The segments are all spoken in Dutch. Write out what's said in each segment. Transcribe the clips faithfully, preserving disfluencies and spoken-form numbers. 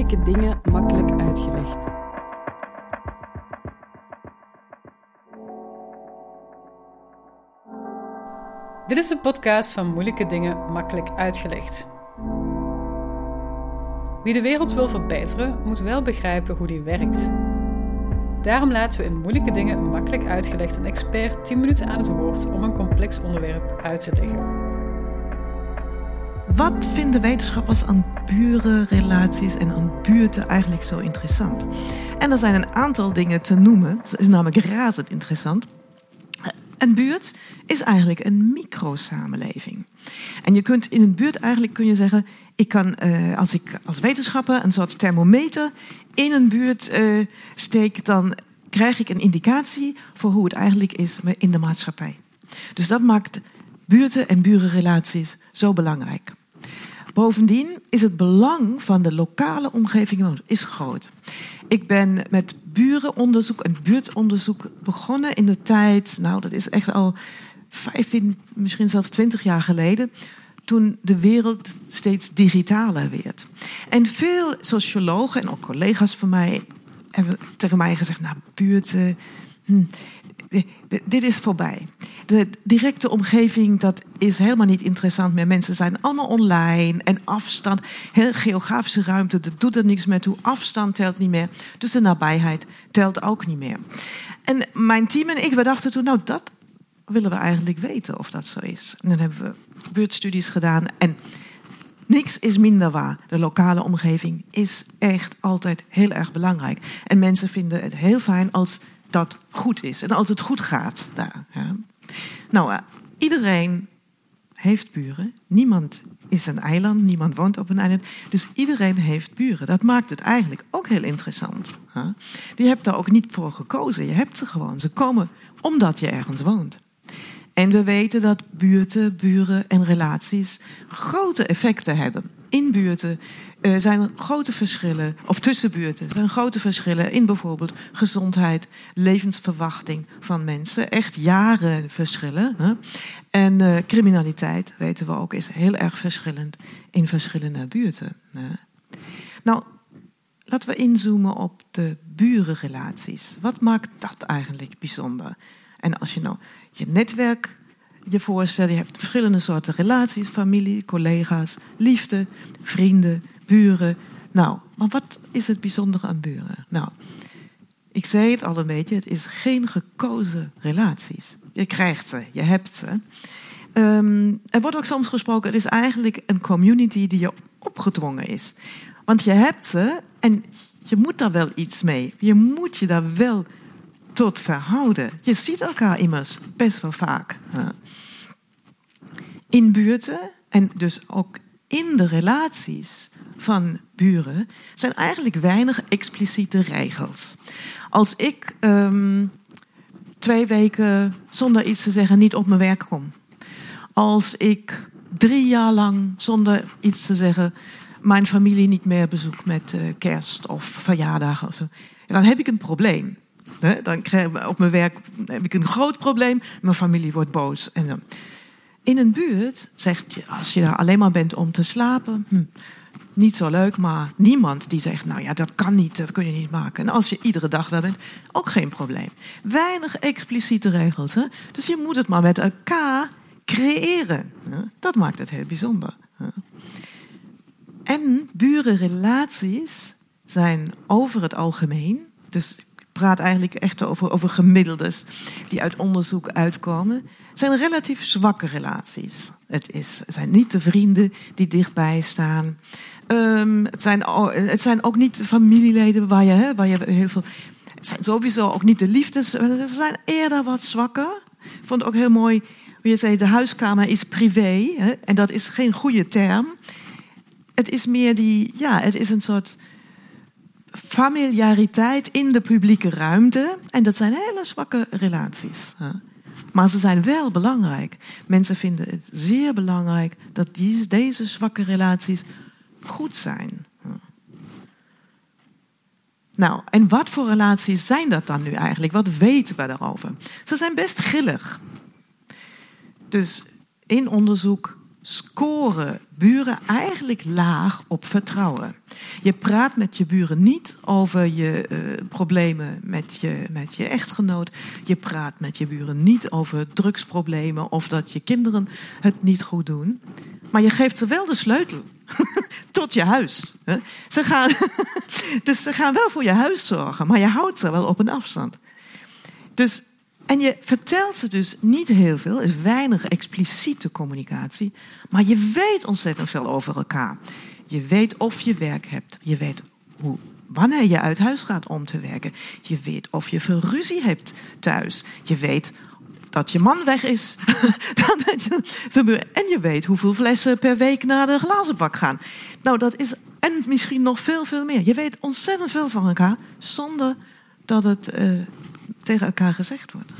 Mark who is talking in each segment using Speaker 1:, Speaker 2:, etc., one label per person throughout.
Speaker 1: Moeilijke dingen makkelijk uitgelegd.
Speaker 2: Dit is de podcast van Moeilijke dingen makkelijk uitgelegd. Wie de wereld wil verbeteren, moet wel begrijpen hoe die werkt. Daarom laten we in Moeilijke dingen makkelijk uitgelegd een expert tien minuten aan het woord om een complex onderwerp uit te leggen.
Speaker 3: Wat vinden wetenschappers aan burenrelaties en aan buurten eigenlijk zo interessant? En er zijn een aantal dingen te noemen. Het is namelijk razend interessant. Een buurt is eigenlijk een microsamenleving. En je kunt in een buurt eigenlijk kun je zeggen, ik kan uh, als ik als wetenschapper een soort thermometer in een buurt uh, steek, dan krijg ik een indicatie voor hoe het eigenlijk is in de maatschappij. Dus dat maakt buurten en burenrelaties zo belangrijk. Bovendien is het belang van de lokale omgeving is groot. Ik ben met burenonderzoek en buurtonderzoek begonnen in de tijd, nou dat is echt al vijftien, misschien zelfs twintig jaar geleden, toen de wereld steeds digitaler werd. En veel sociologen en ook collega's van mij hebben tegen mij gezegd, nou buurten, hm, dit is voorbij. De directe omgeving, dat is helemaal niet interessant meer. Mensen zijn allemaal online en afstand, heel geografische ruimte, dat doet er niks meer toe. Afstand telt niet meer, dus de nabijheid telt ook niet meer. En mijn team en ik, we dachten toen, nou dat willen we eigenlijk weten of dat zo is. En dan hebben we buurtstudies gedaan en niks is minder waar. De lokale omgeving is echt altijd heel erg belangrijk. En mensen vinden het heel fijn als dat goed is en als het goed gaat daar. Ja. Nou, uh, iedereen heeft buren. Niemand is een eiland, niemand woont op een eiland. Dus iedereen heeft buren. Dat maakt het eigenlijk ook heel interessant. Huh? Je hebt daar ook niet voor gekozen. Je hebt ze gewoon. Ze komen omdat je ergens woont. En we weten dat buurten, buren en relaties grote effecten hebben. In buurten uh, zijn er grote verschillen, of tussen buurten zijn grote verschillen in bijvoorbeeld gezondheid, levensverwachting van mensen. Echt jaren verschillen. Hè? En uh, criminaliteit, weten we ook, is heel erg verschillend in verschillende buurten. Hè? Nou, laten we inzoomen op de burenrelaties. Wat maakt dat eigenlijk bijzonder? En als je nou je netwerk je voorstelt, je hebt verschillende soorten relaties, familie, collega's, liefde, vrienden, buren. Nou, maar wat is het bijzondere aan buren? Nou, ik zei het al een beetje, het is geen gekozen relaties. Je krijgt ze, je hebt ze. Um, er wordt ook soms gesproken, het is eigenlijk een community die je opgedwongen is. Want je hebt ze en je moet daar wel iets mee. Je moet je daar wel tot verhouden. Je ziet elkaar immers best wel vaak. In buurten en dus ook in de relaties van buren zijn eigenlijk weinig expliciete regels. Als ik um, twee weken zonder iets te zeggen niet op mijn werk kom. Als ik drie jaar lang zonder iets te zeggen mijn familie niet meer bezoek met uh, kerst of verjaardagen of zo, dan heb ik een probleem. Dan krijg ik op mijn werk heb ik een groot probleem. Mijn familie wordt boos. En dan. In een buurt zegt je, als je daar alleen maar bent om te slapen, hm, niet zo leuk, maar niemand die zegt, nou ja, dat kan niet, dat kun je niet maken. En als je iedere dag daar bent, ook geen probleem. Weinig expliciete regels. Hè? Dus je moet het maar met elkaar creëren. Hè? Dat maakt het heel bijzonder. Hè? En burenrelaties zijn over het algemeen, dus praat eigenlijk echt over, over gemiddeldes die uit onderzoek uitkomen, zijn relatief zwakke relaties. Het, is, het zijn niet de vrienden die dichtbij staan. Um, het, zijn, het zijn ook niet de familieleden waar je, hè, waar je heel veel. Het zijn sowieso ook niet de liefdes. Ze zijn eerder wat zwakker. Ik vond het ook heel mooi hoe je zei, de huiskamer is privé. Hè, en dat is geen goede term. Het is meer die, ja, het is een soort familiariteit in de publieke ruimte. En dat zijn hele zwakke relaties. Maar ze zijn wel belangrijk. Mensen vinden het zeer belangrijk dat die, deze zwakke relaties goed zijn. Nou, en wat voor relaties zijn dat dan nu eigenlijk? Wat weten we daarover? Ze zijn best grillig. Dus in onderzoek scoren buren eigenlijk laag op vertrouwen. Je praat met je buren niet over je uh, problemen met je, met je echtgenoot. Je praat met je buren niet over drugsproblemen of dat je kinderen het niet goed doen. Maar je geeft ze wel de sleutel tot je huis. Ze gaan, dus ze gaan wel voor je huis zorgen, maar je houdt ze wel op een afstand. Dus, en je vertelt ze dus niet heel veel, er is weinig expliciete communicatie, maar je weet ontzettend veel over elkaar. Je weet of je werk hebt, je weet hoe, wanneer je uit huis gaat om te werken. Je weet of je veel ruzie hebt thuis. Je weet dat je man weg is. En je weet hoeveel flessen per week naar de glazenbak gaan. Nou, dat is en misschien nog veel, veel meer. Je weet ontzettend veel van elkaar zonder dat het uh, tegen elkaar gezegd wordt.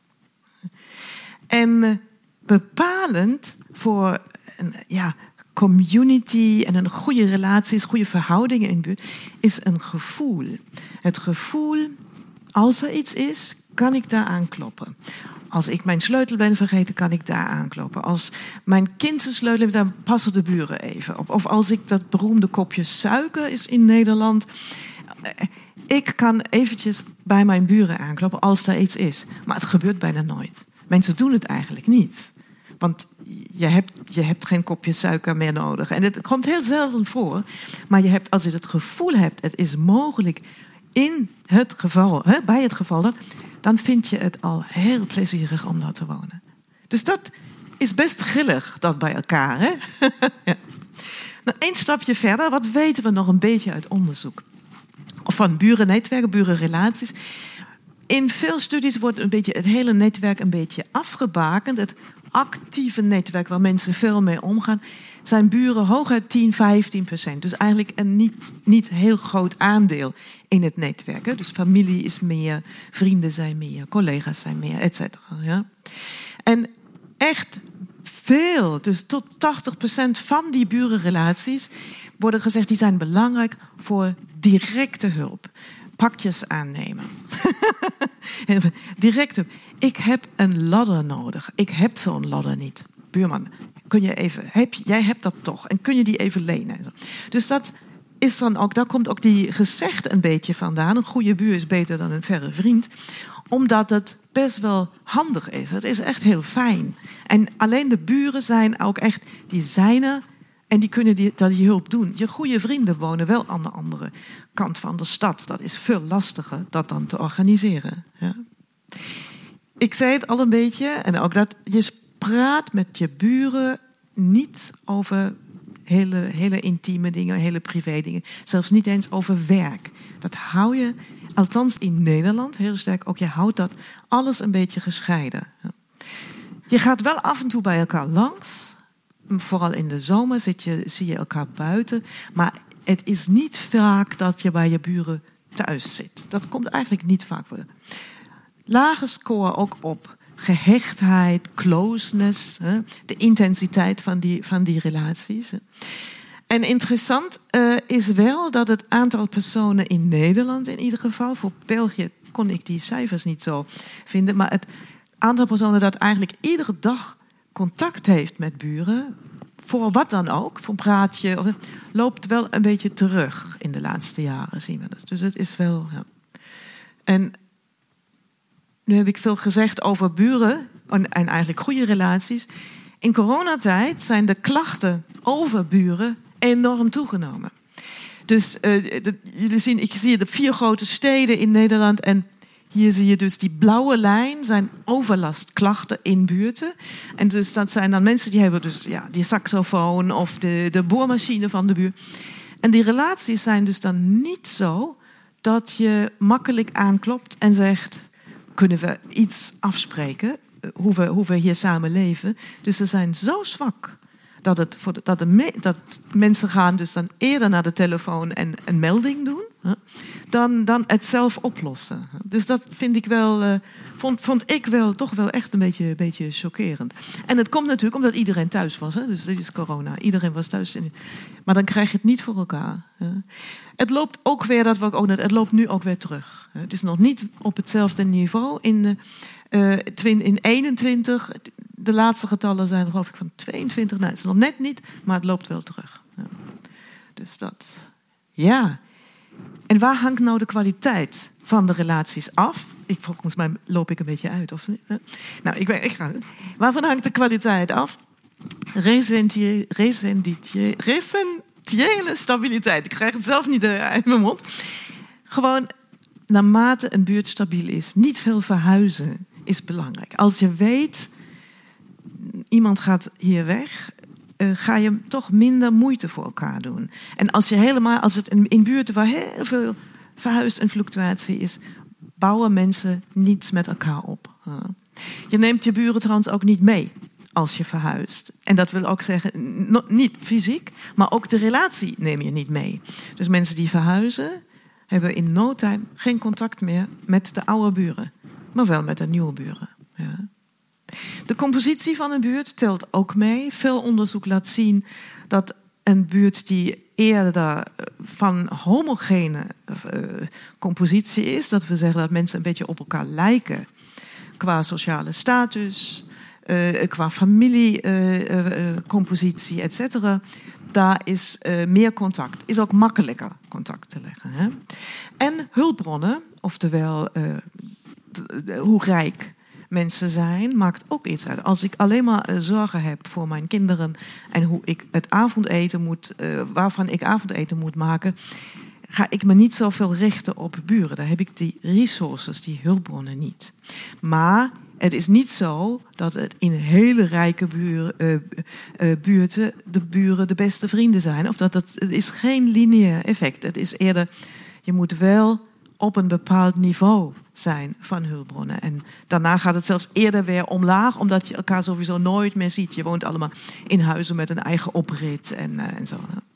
Speaker 3: En uh, bepalend voor een ja, community en een goede relaties, goede verhoudingen in de buurt, is een gevoel. Het gevoel, als er iets is, kan ik daar aankloppen. Als ik mijn sleutel ben vergeten, kan ik daar aankloppen. Als mijn kind zijn sleutel heeft, dan passen de buren even op. Of als ik dat beroemde kopje suiker is in Nederland. Ik kan eventjes bij mijn buren aankloppen als er iets is. Maar het gebeurt bijna nooit. Mensen doen het eigenlijk niet. Want je hebt, je hebt geen kopje suiker meer nodig. En het komt heel zelden voor. Maar je hebt, als je het gevoel hebt, het is mogelijk in het geval, hè, bij het geval, dat, dan vind je het al heel plezierig om daar te wonen. Dus dat is best grillig, dat bij elkaar. Hè? Ja. Nou, één stapje verder, wat weten we nog een beetje uit onderzoek? Of van burennetwerken, burenrelaties. In veel studies wordt een beetje het hele netwerk een beetje afgebakend. Het actieve netwerk waar mensen veel mee omgaan, zijn buren hooguit tien, vijftien procent. Dus eigenlijk een niet, niet heel groot aandeel in het netwerk. Hè. Dus familie is meer, vrienden zijn meer, collega's zijn meer, et cetera. Ja. En echt veel, dus tot tachtig procent van die burenrelaties worden gezegd, die zijn belangrijk voor directe hulp. Pakjes aannemen. Direct hulp. Ik heb een ladder nodig. Ik heb zo'n ladder niet. Buurman, kun je even, heb, jij hebt dat toch. En kun je die even lenen? Dus dat is dan ook, daar komt ook die gezegde een beetje vandaan. Een goede buur is beter dan een verre vriend. Omdat het best wel handig is. Het is echt heel fijn. En alleen de buren zijn ook echt, die zijn er. En die kunnen die, dat die hulp doen. Je goede vrienden wonen wel aan de andere kant van de stad. Dat is veel lastiger dat dan te organiseren. Ja. Ik zei het al een beetje. En ook dat je praat met je buren niet over hele, hele intieme dingen, hele privé dingen. Zelfs niet eens over werk. Dat hou je, althans in Nederland, heel sterk ook. Je houdt dat alles een beetje gescheiden. Ja. Je gaat wel af en toe bij elkaar langs. Vooral in de zomer zit je, zie je elkaar buiten. Maar het is niet vaak dat je bij je buren thuis zit. Dat komt eigenlijk niet vaak voor. Lage score ook op gehechtheid, closeness, hè, de intensiteit van die, van die relaties. Hè. En interessant uh, is wel dat het aantal personen in Nederland in ieder geval, voor België kon ik die cijfers niet zo vinden, maar het aantal personen dat eigenlijk iedere dag contact heeft met buren, voor wat dan ook, voor een praatje, loopt wel een beetje terug in de laatste jaren, zien we dat. Dus het is wel... Ja. En nu heb ik veel gezegd over buren en, en eigenlijk goede relaties. In coronatijd zijn de klachten over buren enorm toegenomen. Dus uh, de, jullie zien, ik zie de vier grote steden in Nederland en hier zie je dus die blauwe lijn, zijn overlastklachten in buurten. En dus dat zijn dan mensen die hebben dus ja, die saxofoon of de, de boormachine van de buurt. En die relaties zijn dus dan niet zo dat je makkelijk aanklopt en zegt, kunnen we iets afspreken, hoe we, hoe we hier samen leven. Dus ze zijn zo zwak dat, het voor de, dat, de me, dat mensen gaan dus dan eerder naar de telefoon en een melding doen, hè, dan, dan het zelf oplossen. Dus dat vind ik wel, uh, vond, vond ik wel toch wel echt een beetje, beetje chockerend. En het komt natuurlijk omdat iedereen thuis was. Hè, dus dit is corona. Iedereen was thuis. In, maar dan krijg je het niet voor elkaar. Hè. Het loopt ook weer, dat we ook net, het loopt nu ook weer terug. Het is nog niet op hetzelfde niveau. In, uh, in eenentwintig de laatste getallen zijn geloof ik van tweeëntwintig. Nou, het is nog net niet, maar het loopt wel terug. Ja. Dus dat, ja. En waar hangt nou de kwaliteit van de relaties af? Ik, volgens mij loop ik een beetje uit, of niet? Nou, ik, ben, ik ga. Waarvan hangt de kwaliteit af? Resentiële stabiliteit. Ik krijg het zelf niet uit mijn mond. Gewoon, naarmate een buurt stabiel is, niet veel verhuizen is belangrijk. Als je weet, iemand gaat hier weg, uh, ga je toch minder moeite voor elkaar doen. En als je helemaal, als het in, in buurten waar heel veel verhuis en fluctuatie is, bouwen mensen niets met elkaar op. Uh. Je neemt je buren trouwens ook niet mee als je verhuist. En dat wil ook zeggen, no, niet fysiek, maar ook de relatie neem je niet mee. Dus mensen die verhuizen, hebben in no time geen contact meer met de oude buren, maar wel met de nieuwe buren. Ja. De compositie van een buurt telt ook mee. Veel onderzoek laat zien dat een buurt die eerder van homogene uh, compositie is, dat wil zeggen dat mensen een beetje op elkaar lijken qua sociale status, uh, qua familiecompositie, uh, uh, et cetera. Daar is uh, meer contact. Is ook makkelijker contact te leggen. Hè? En hulpbronnen, oftewel uh, d- d- hoe rijk mensen zijn, maakt ook iets uit. Als ik alleen maar uh, zorgen heb voor mijn kinderen en hoe ik het avondeten moet, uh, waarvan ik avondeten moet maken, ga ik me niet zoveel richten op buren. Daar heb ik die resources, die hulpbronnen niet. Maar het is niet zo dat het in hele rijke buren, uh, uh, buurten de buren de beste vrienden zijn. Of dat het, het is geen lineair effect. Het is eerder, je moet wel op een bepaald niveau zijn van hulpbronnen. En daarna gaat het zelfs eerder weer omlaag, omdat je elkaar sowieso nooit meer ziet. Je woont allemaal in huizen met een eigen oprit en, uh, en zo.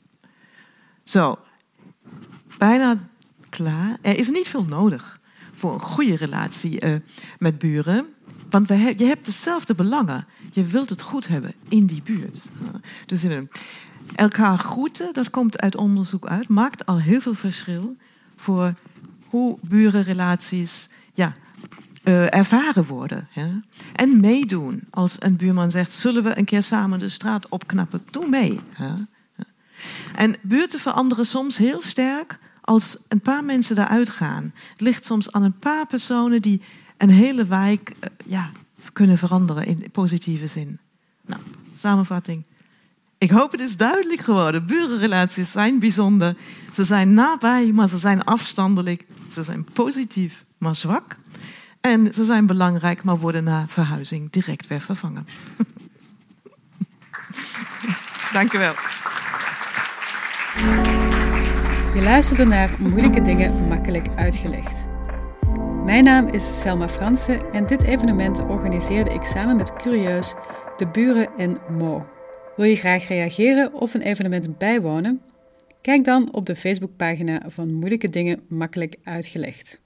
Speaker 3: Zo, bijna klaar. Er is niet veel nodig voor een goede relatie uh, met buren. Want we he- je hebt dezelfde belangen. Je wilt het goed hebben in die buurt. Dus uh, elkaar groeten, dat komt uit onderzoek uit, maakt al heel veel verschil voor hoe burenrelaties ja, uh, ervaren worden. Ja. En meedoen. Als een buurman zegt, zullen we een keer samen de straat opknappen? Doe mee. Ja. En buurten veranderen soms heel sterk als een paar mensen daaruit gaan. Het ligt soms aan een paar personen die een hele wijk uh, ja, kunnen veranderen in positieve zin. Nou, samenvatting. Ik hoop het is duidelijk geworden. Burenrelaties zijn bijzonder. Ze zijn nabij, maar ze zijn afstandelijk. Ze zijn positief, maar zwak. En ze zijn belangrijk, maar worden na verhuizing direct weer vervangen. Dank u wel.
Speaker 2: Je luisterde naar Moeilijke Dingen Makkelijk Uitgelegd. Mijn naam is Selma Fransen en dit evenement organiseerde ik samen met Curieus, De Buren en Mo. Wil je graag reageren of een evenement bijwonen? Kijk dan op de Facebookpagina van Moeilijke Dingen Makkelijk Uitgelegd.